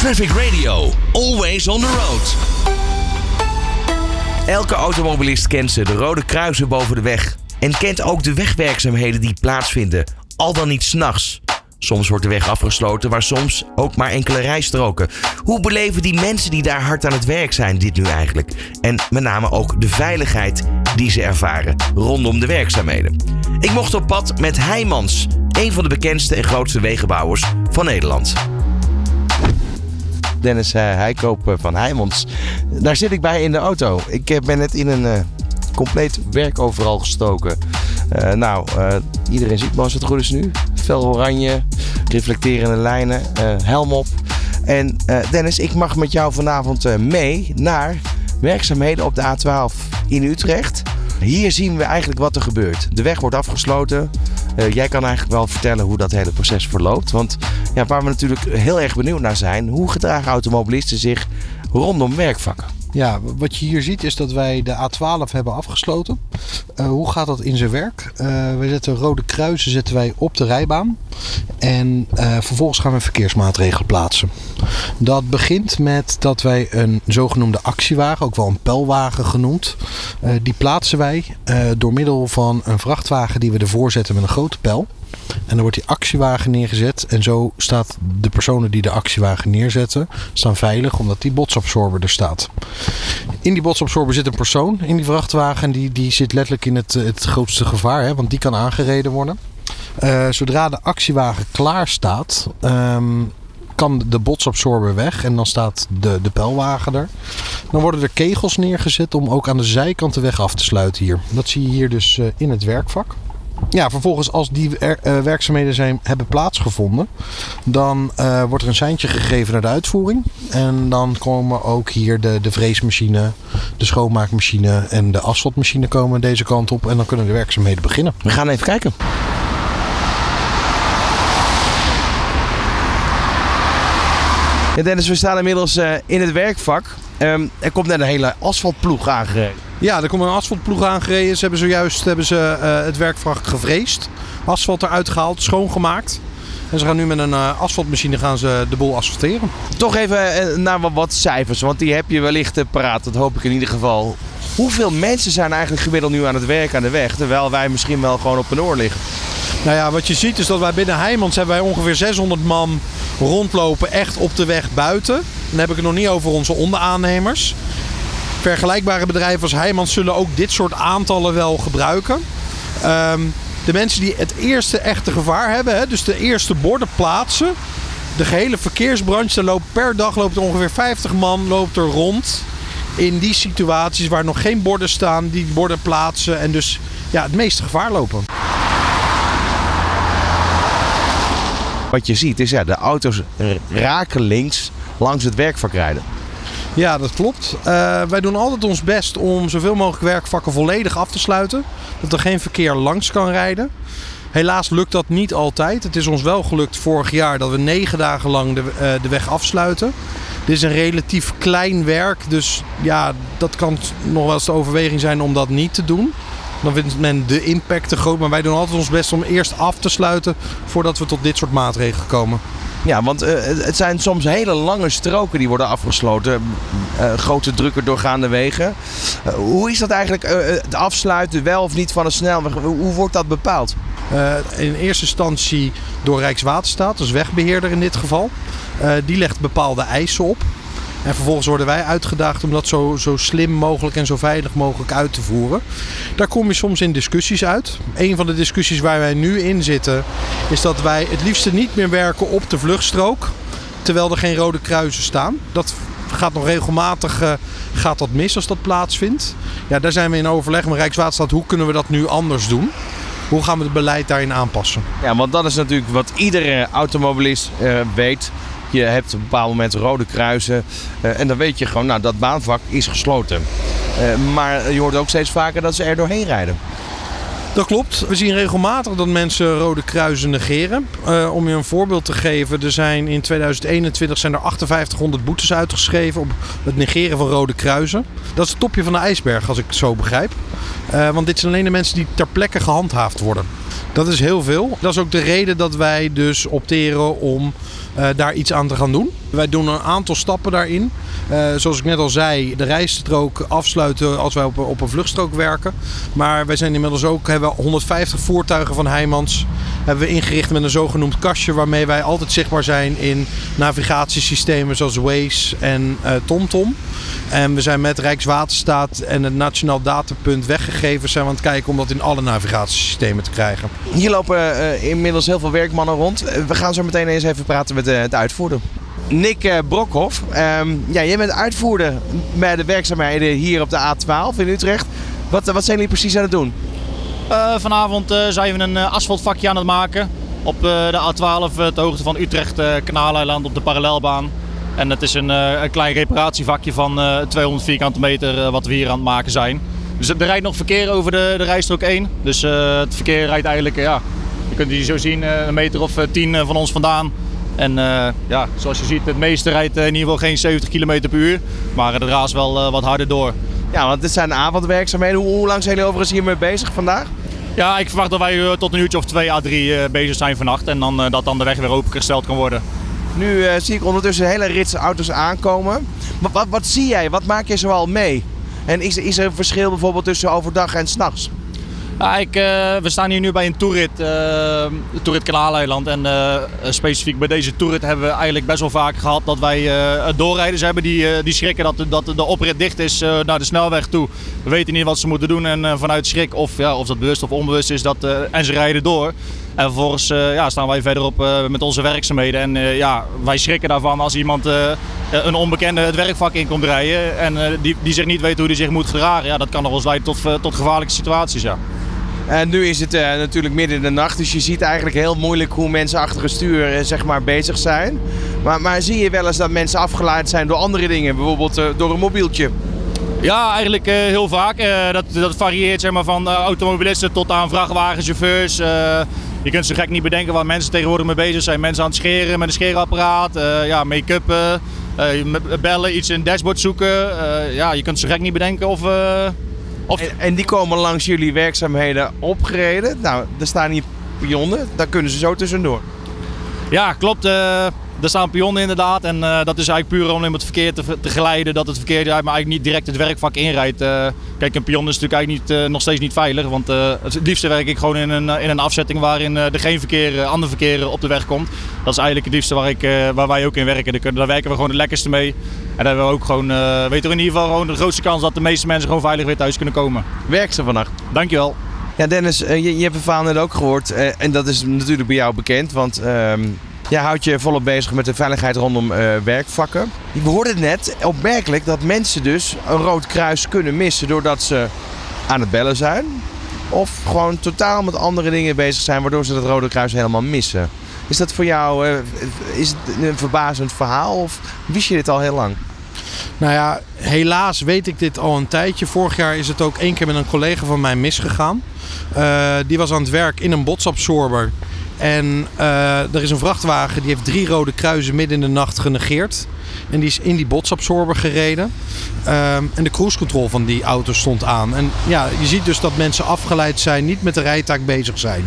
Traffic Radio, always on the road. Elke automobilist kent ze, de rode kruisen boven de weg. En kent ook de wegwerkzaamheden die plaatsvinden, al dan niet 's nachts. Soms wordt de weg afgesloten, maar soms ook maar enkele rijstroken. Hoe beleven die mensen die daar hard aan het werk zijn dit nu eigenlijk? En met name ook de veiligheid die ze ervaren rondom de werkzaamheden. Ik mocht op pad met Heijmans, een van de bekendste en grootste wegenbouwers van Nederland. Dennis Heikoop van Heijmans. Daar zit ik bij in de auto. Ik ben net in een compleet werkoveral gestoken. Iedereen ziet me als het goed is nu. Fel oranje, reflecterende lijnen, helm op. En Dennis, ik mag met jou vanavond mee naar werkzaamheden op de A12 in Utrecht. Hier zien we eigenlijk wat er gebeurt. De weg wordt afgesloten. Jij kan eigenlijk wel vertellen hoe dat hele proces verloopt. Want ja, waar we natuurlijk heel erg benieuwd naar zijn, hoe gedragen automobilisten zich rondom werkvakken? Ja, wat je hier ziet is dat wij de A12 hebben afgesloten. Hoe gaat dat in zijn werk? We zetten rode kruisen op de rijbaan. En vervolgens gaan we verkeersmaatregelen plaatsen. Dat begint met dat wij een zogenoemde actiewagen, ook wel een pijlwagen genoemd. Die plaatsen wij door middel van een vrachtwagen die we ervoor zetten met een grote pijl. En dan wordt die actiewagen neergezet. En zo staat de personen die de actiewagen neerzetten, staan veilig omdat die botsabsorber er staat. In die botsabsorber zit een persoon in die vrachtwagen. En die zit letterlijk in het grootste gevaar. Want die kan aangereden worden. Zodra de actiewagen klaar staat, kan de botsabsorber weg. En dan staat de pijlwagen er. Dan worden er kegels neergezet om ook aan de zijkant de weg af te sluiten hier. Dat zie je hier dus in het werkvak. Ja, vervolgens als die werkzaamheden hebben plaatsgevonden, dan wordt er een seintje gegeven naar de uitvoering. En dan komen ook hier de vreesmachine, de schoonmaakmachine en de asfaltmachine komen deze kant op. En dan kunnen de werkzaamheden beginnen. We gaan even kijken. Ja, Dennis, we staan inmiddels in het werkvak. Er komt net een hele asfaltploeg aangereden. Ja, er komt een asfaltploeg aangereden. Ze hebben zojuist het werkvak gevreesd. Asfalt eruit gehaald, schoongemaakt. En ze gaan nu met een asfaltmachine de boel asfalteren. Toch even naar wat cijfers, want die heb je wellicht paraat. Dat hoop ik in ieder geval. Hoeveel mensen zijn eigenlijk gemiddeld nu aan het werk aan de weg, terwijl wij misschien wel gewoon op een oor liggen? Nou ja, wat je ziet is dat wij binnen Heijmans hebben wij ongeveer 600 man rondlopen echt op de weg buiten. Dan heb ik het nog niet over onze onderaannemers. Vergelijkbare bedrijven als Heijmans zullen ook dit soort aantallen wel gebruiken. De mensen die het eerste echte gevaar hebben, dus de eerste borden plaatsen. De gehele verkeersbranche, per dag loopt er ongeveer 50 man rond. In die situaties waar nog geen borden staan, die borden plaatsen en dus het meeste gevaar lopen. Wat je ziet is de auto's rakelings langs het werkvak rijden. Ja, dat klopt. Wij doen altijd ons best om zoveel mogelijk werkvakken volledig af te sluiten. Dat er geen verkeer langs kan rijden. Helaas lukt dat niet altijd. Het is ons wel gelukt vorig jaar dat we 9 dagen lang de weg afsluiten. Dit is een relatief klein werk, dus ja, dat kan nog wel eens de overweging zijn om dat niet te doen. Dan vindt men de impact te groot, maar wij doen altijd ons best om eerst af te sluiten voordat we tot dit soort maatregelen komen. Ja, want het zijn soms hele lange stroken die worden afgesloten. Grote drukke doorgaande wegen. Hoe is dat eigenlijk, het afsluiten wel of niet van een snelweg? Hoe wordt dat bepaald? In eerste instantie door Rijkswaterstaat, dus wegbeheerder in dit geval. Die legt bepaalde eisen op. En vervolgens worden wij uitgedaagd om dat zo slim mogelijk en zo veilig mogelijk uit te voeren. Daar kom je soms in discussies uit. Een van de discussies waar wij nu in zitten is dat wij het liefste niet meer werken op de vluchtstrook. Terwijl er geen rode kruisen staan. Dat gaat nog regelmatig mis als dat plaatsvindt. Ja, daar zijn we in overleg met Rijkswaterstaat. Hoe kunnen we dat nu anders doen? Hoe gaan we het beleid daarin aanpassen? Ja, want dat is natuurlijk wat iedere automobilist weet. Je hebt op een bepaald moment rode kruisen en dan weet je gewoon, dat baanvak is gesloten. Maar je hoort ook steeds vaker dat ze er doorheen rijden. Dat klopt. We zien regelmatig dat mensen rode kruisen negeren. Om je een voorbeeld te geven, in 2021 zijn er 5800 boetes uitgeschreven op het negeren van rode kruisen. Dat is het topje van de ijsberg, als ik het zo begrijp. Want dit zijn alleen de mensen die ter plekke gehandhaafd worden. Dat is heel veel. Dat is ook de reden dat wij dus opteren om daar iets aan te gaan doen. Wij doen een aantal stappen daarin. Zoals ik net al zei, de rijstrook afsluiten als wij op een vluchtstrook werken. Maar wij zijn inmiddels ook, hebben we 150 voertuigen van Heijmans hebben we ingericht met een zogenoemd kastje waarmee wij altijd zichtbaar zijn in navigatiesystemen zoals Waze en TomTom. En we zijn met Rijkswaterstaat en het Nationaal Datapunt Weggegevens zijn we aan het kijken om dat in alle navigatiesystemen te krijgen. Hier lopen inmiddels heel veel werkmannen rond. We gaan zo meteen eens even praten met de uitvoerder. Nick Brokhoff, jij bent uitvoerder bij de werkzaamheden hier op de A12 in Utrecht. Wat zijn jullie precies aan het doen? Vanavond zijn we een asfaltvakje aan het maken op de A12 ter hoogte van Utrecht Kanaaleiland op de parallelbaan. En het is een klein reparatievakje van 200 vierkante meter wat we hier aan het maken zijn. Dus er rijdt nog verkeer over de rijstrook 1. Dus het verkeer rijdt eigenlijk, je kunt het hier zo zien, een meter of 10 van ons vandaan. En zoals je ziet, het meeste rijdt in ieder geval geen 70 km per uur. Maar het raast wel wat harder door. Ja, want dit zijn avondwerkzaamheden. Hoe lang zijn jullie overigens hiermee bezig vandaag? Ja, ik verwacht dat wij tot een uurtje of 2 à 3 bezig zijn vannacht. En dan dat dan de weg weer opengesteld kan worden. Nu zie ik ondertussen hele rits auto's aankomen. Wat zie jij? Wat maak je zoal mee? En is er een verschil bijvoorbeeld tussen overdag en 's nachts? Ja, we staan hier nu bij een toerit, toerit Kanaaleiland. En specifiek bij deze toerit hebben we eigenlijk best wel vaak gehad dat wij doorrijders hebben die schrikken dat de oprit dicht is naar de snelweg toe. We weten niet wat ze moeten doen en vanuit schrik, of dat bewust of onbewust is, en ze rijden door. En vervolgens staan wij verderop met onze werkzaamheden. En wij schrikken daarvan als iemand een onbekende het werkvak in komt rijden en die zich niet weet hoe hij zich moet gedragen. Ja, dat kan nog wel eens leiden tot gevaarlijke situaties. Ja. En nu is het natuurlijk midden in de nacht, dus je ziet eigenlijk heel moeilijk hoe mensen achter het stuur bezig zijn. Maar zie je wel eens dat mensen afgeleid zijn door andere dingen, bijvoorbeeld door een mobieltje? Ja, eigenlijk heel vaak. Dat varieert van automobilisten tot aan vrachtwagenchauffeurs. Je kunt zo gek niet bedenken waar mensen tegenwoordig mee bezig zijn. Mensen aan het scheren met een scheerapparaat, make-up, bellen, iets in het dashboard zoeken. Je kunt zo gek niet bedenken of... En die komen langs jullie werkzaamheden opgereden. Nou, er staan hier pionnen, daar kunnen ze zo tussendoor. Ja, klopt. Er staan pionnen inderdaad en dat is eigenlijk puur om het verkeer te geleiden, dat het verkeer maar eigenlijk niet direct het werkvak inrijdt. Kijk, een pion is natuurlijk eigenlijk nog steeds niet veilig, want het liefste werk ik gewoon in een afzetting waarin er geen ander verkeer op de weg komt. Dat is eigenlijk het liefste waar wij ook in werken. Daar werken we gewoon het lekkerste mee. En daar hebben we ook gewoon, weten we in ieder geval gewoon de grootste kans dat de meeste mensen gewoon veilig weer thuis kunnen komen. Werk ze vannacht. Dankjewel. Ja, Dennis, je hebt het verhaal net ook gehoord en dat is natuurlijk bij jou bekend, want jij houdt je volop bezig met de veiligheid rondom werkvakken. We hoorden net opmerkelijk dat mensen dus een rood kruis kunnen missen doordat ze aan het bellen zijn. Of gewoon totaal met andere dingen bezig zijn waardoor ze dat rode kruis helemaal missen. Is dat voor jou is het een verbazend verhaal of wist je dit al heel lang? Nou ja, helaas weet ik dit al een tijdje. Vorig jaar is het ook 1 keer met een collega van mij misgegaan. Die was aan het werk in een botsabsorber. En er is een vrachtwagen die heeft 3 rode kruisen midden in de nacht genegeerd. En die is in die botsabsorber gereden. En de cruise control van die auto stond aan. En ja, je ziet dus dat mensen afgeleid zijn, niet met de rijtaak bezig zijn.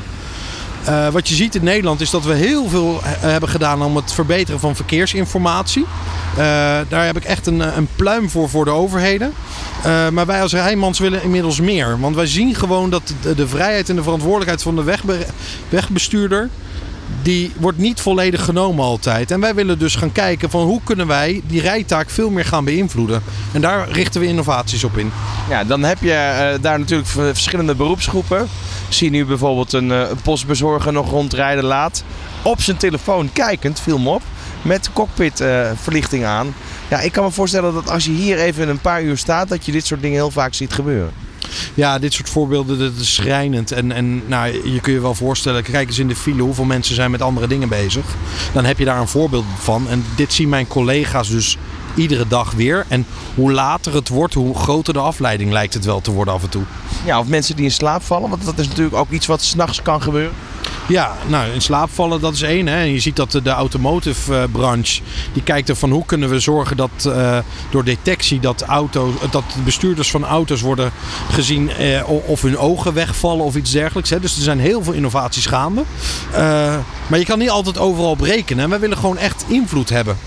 Wat je ziet in Nederland is dat we heel veel hebben gedaan om het verbeteren van verkeersinformatie. Daar heb ik echt een pluim voor de overheden. Maar wij als Heijmans willen inmiddels meer. Want wij zien gewoon dat de vrijheid en de verantwoordelijkheid van de wegbestuurder, die wordt niet volledig genomen altijd. En wij willen dus gaan kijken van hoe kunnen wij die rijtaak veel meer gaan beïnvloeden. En daar richten we innovaties op in. Ja, dan heb je daar natuurlijk verschillende beroepsgroepen. Ik zie nu bijvoorbeeld een postbezorger nog rondrijden laat. Op zijn telefoon kijkend, viel me op, met cockpitverlichting aan. Ja, ik kan me voorstellen dat als je hier even een paar uur staat, dat je dit soort dingen heel vaak ziet gebeuren. Ja, dit soort voorbeelden, dat is schrijnend. En je kun je wel voorstellen, kijk eens in de file hoeveel mensen zijn met andere dingen bezig. Dan heb je daar een voorbeeld van. En dit zien mijn collega's dus iedere dag weer. En hoe later het wordt, hoe groter de afleiding lijkt het wel te worden af en toe. Ja, of mensen die in slaap vallen, want dat is natuurlijk ook iets wat 's nachts kan gebeuren. Ja, nou in slaap vallen, dat is één. Hè. En je ziet dat de automotive branche, die kijkt er van hoe kunnen we zorgen dat door detectie dat de bestuurders van auto's worden gezien of hun ogen wegvallen of iets dergelijks. Hè. Dus er zijn heel veel innovaties gaande. Maar je kan niet altijd overal op rekenen. En wij willen gewoon echt invloed hebben.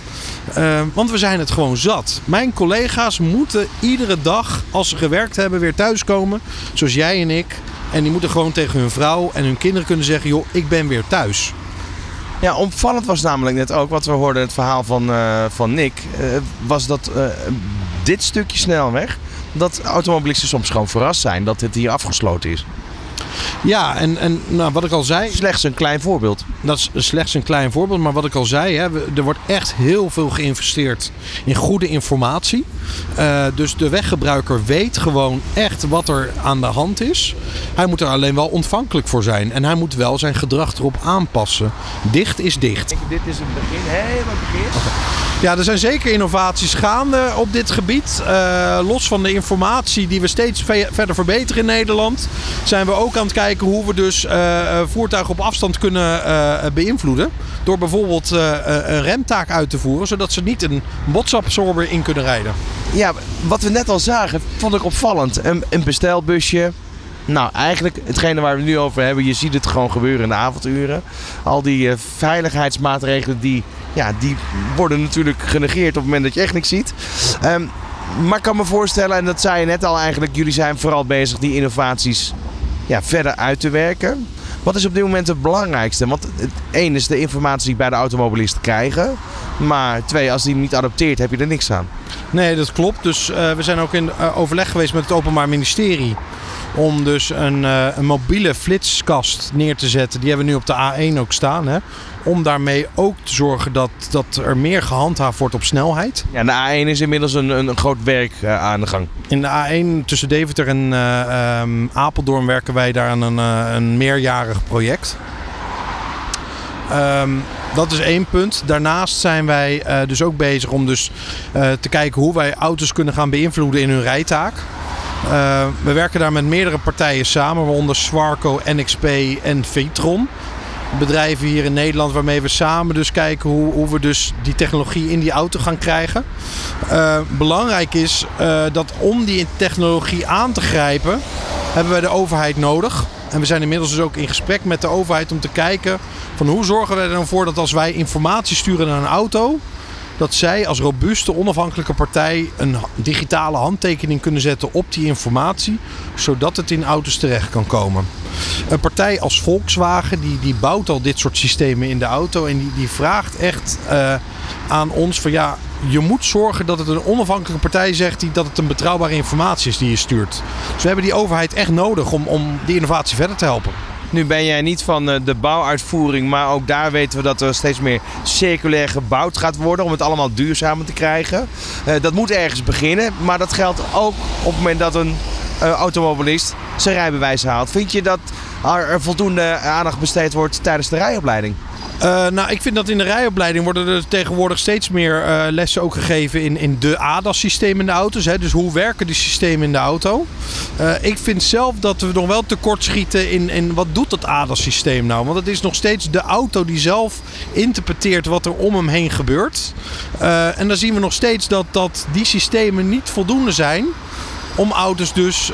Want we zijn het gewoon zat. Mijn collega's moeten iedere dag, als ze gewerkt hebben, weer thuiskomen. Zoals jij en ik. En die moeten gewoon tegen hun vrouw en hun kinderen kunnen zeggen, joh, ik ben weer thuis. Ja, opvallend was namelijk net ook, wat we hoorden het verhaal van Nick, was dat dit stukje snelweg, dat automobilisten soms gewoon verrast zijn dat het hier afgesloten is. Ja, en nou, wat ik al zei... Slechts een klein voorbeeld. Dat is slechts een klein voorbeeld, maar wat ik al zei, hè, er wordt echt heel veel geïnvesteerd in goede informatie. Dus de weggebruiker weet gewoon echt wat er aan de hand is. Hij moet er alleen wel ontvankelijk voor zijn. En hij moet wel zijn gedrag erop aanpassen. Dicht is dicht. Dit is een begin, helemaal begin. Okay. Ja, er zijn zeker innovaties gaande op dit gebied. Los van de informatie die we steeds verder verbeteren in Nederland, zijn we ook aan het kijken hoe we dus voertuigen op afstand kunnen beïnvloeden. Door bijvoorbeeld een remtaak uit te voeren, zodat ze niet een botsabsorber in kunnen rijden. Ja, wat we net al zagen, vond ik opvallend. Een bestelbusje. Nou, eigenlijk hetgene waar we het nu over hebben, je ziet het gewoon gebeuren in de avonduren. Al die veiligheidsmaatregelen, die worden natuurlijk genegeerd op het moment dat je echt niks ziet. Maar ik kan me voorstellen, en dat zei je net al eigenlijk, jullie zijn vooral bezig die innovaties verder uit te werken. Wat is op dit moment het belangrijkste? Want één is de informatie die bij de automobilisten krijgen. Maar twee, als die niet adopteert, heb je er niks aan. Nee, dat klopt. Dus we zijn ook in overleg geweest met het Openbaar Ministerie. Om dus een mobiele flitskast neer te zetten. Die hebben we nu op de A1 ook staan. Hè? Om daarmee ook te zorgen dat er meer gehandhaafd wordt op snelheid. Ja, de A1 is inmiddels een groot werk aan de gang. In de A1 tussen Deventer en Apeldoorn werken wij daar aan een meerjarig project. Dat is één punt. Daarnaast zijn wij dus ook bezig om dus te kijken hoe wij auto's kunnen gaan beïnvloeden in hun rijtaak. We werken daar met meerdere partijen samen, waaronder Swarco, NXP en Vitron. Bedrijven hier in Nederland waarmee we samen dus kijken hoe we dus die technologie in die auto gaan krijgen. Belangrijk is dat om die technologie aan te grijpen, hebben wij de overheid nodig. En we zijn inmiddels dus ook in gesprek met de overheid om te kijken van hoe zorgen we er dan voor dat als wij informatie sturen naar een auto, dat zij als robuuste onafhankelijke partij een digitale handtekening kunnen zetten op die informatie, zodat het in auto's terecht kan komen. Een partij als Volkswagen die bouwt al dit soort systemen in de auto en die vraagt echt aan ons van je moet zorgen dat het een onafhankelijke partij zegt dat het een betrouwbare informatie is die je stuurt. Dus we hebben die overheid echt nodig om die innovatie verder te helpen. Nu ben jij niet van de bouwuitvoering, maar ook daar weten we dat er steeds meer circulair gebouwd gaat worden om het allemaal duurzamer te krijgen. Dat moet ergens beginnen, maar dat geldt ook op het moment dat een automobilist zijn rijbewijs haalt. Vind je dat er voldoende aandacht besteed wordt tijdens de rijopleiding? Nou, ik vind dat in de rijopleiding worden er tegenwoordig steeds meer lessen ook gegeven in de ADAS-systemen in de auto's. Hè? Dus hoe werken die systemen in de auto? Ik vind zelf dat we nog wel tekort schieten in wat doet dat ADAS-systeem nou? Want het is nog steeds de auto die zelf interpreteert wat er om hem heen gebeurt. En dan zien we nog steeds dat die systemen niet voldoende zijn om auto's dus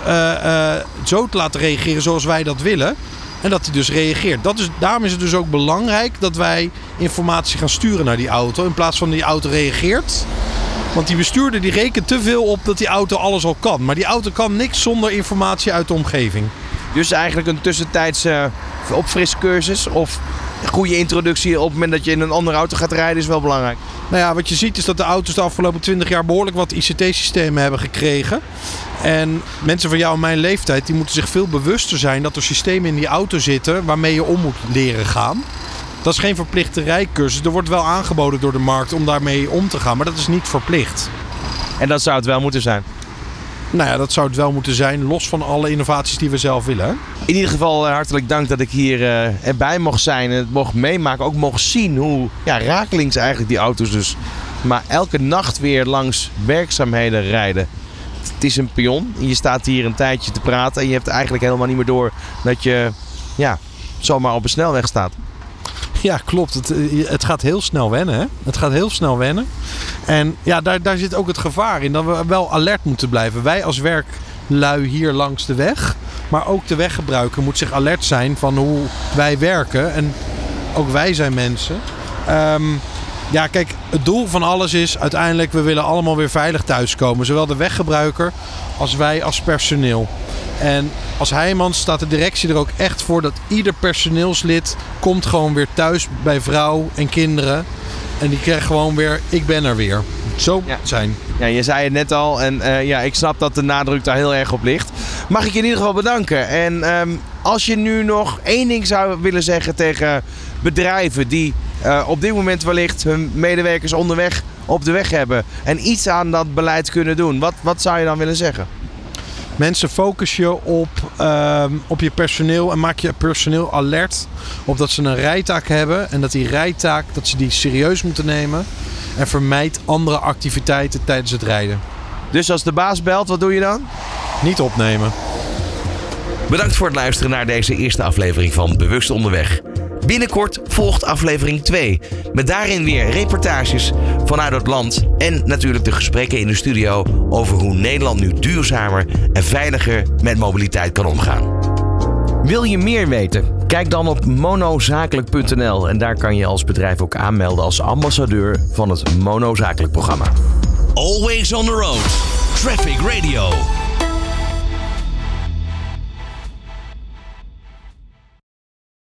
zo te laten reageren zoals wij dat willen. En dat hij dus reageert. Daarom is het dus ook belangrijk dat wij informatie gaan sturen naar die auto. In plaats van die auto reageert. Want die bestuurder die rekent te veel op dat die auto alles al kan. Maar die auto kan niks zonder informatie uit de omgeving. Dus eigenlijk een tussentijdse opfriscursus of goede introductie op het moment dat je in een andere auto gaat rijden is wel belangrijk. Nou ja, wat je ziet is dat de auto's de afgelopen 20 jaar behoorlijk wat ICT-systemen hebben gekregen. En mensen van jou en mijn leeftijd die moeten zich veel bewuster zijn dat er systemen in die auto zitten waarmee je om moet leren gaan. Dat is geen verplichte rijcursus. Er wordt wel aangeboden door de markt om daarmee om te gaan, maar dat is niet verplicht. En dat zou het wel moeten zijn? Nou ja, dat zou het wel moeten zijn, los van alle innovaties die we zelf willen. Hè? In ieder geval hartelijk dank dat ik hier erbij mocht zijn en het mocht meemaken. Ook mocht zien hoe rakelings eigenlijk die auto's dus maar elke nacht weer langs werkzaamheden rijden. Het is een pion. Je staat hier een tijdje te praten en je hebt eigenlijk helemaal niet meer door dat je zomaar op een snelweg staat. Ja, klopt. Het gaat heel snel wennen. Hè? Het gaat heel snel wennen. En ja, daar zit ook het gevaar in dat we wel alert moeten blijven. Wij als werklui hier langs de weg, maar ook de weggebruiker moet zich alert zijn van hoe wij werken. En ook wij zijn mensen. Ja, kijk, het doel van alles is uiteindelijk, we willen allemaal weer veilig thuiskomen. Zowel de weggebruiker als wij als personeel. En als Heijmans staat de directie er ook echt voor dat ieder personeelslid komt gewoon weer thuis bij vrouw en kinderen. En die krijgt gewoon weer, ik ben er weer. Zo zijn. Ja, je zei het net al en ik snap dat de nadruk daar heel erg op ligt. Mag ik je in ieder geval bedanken. En als je nu nog één ding zou willen zeggen tegen bedrijven die op dit moment wellicht hun medewerkers onderweg op de weg hebben en iets aan dat beleid kunnen doen, wat zou je dan willen zeggen? Mensen, focus je op je personeel en maak je personeel alert op dat ze een rijtaak hebben en dat die rijtaak, dat ze die serieus moeten nemen en vermijd andere activiteiten tijdens het rijden. Dus als de baas belt, wat doe je dan? Niet opnemen. Bedankt voor het luisteren naar deze eerste aflevering van Bewust Onderweg. Binnenkort volgt aflevering 2. Met daarin weer reportages vanuit het land. En natuurlijk de gesprekken in de studio over hoe Nederland nu duurzamer en veiliger met mobiliteit kan omgaan. Wil je meer weten? Kijk dan op monozakelijk.nl. En daar kan je als bedrijf ook aanmelden als ambassadeur van het Monozakelijk programma. Always on the road. Traffic Radio.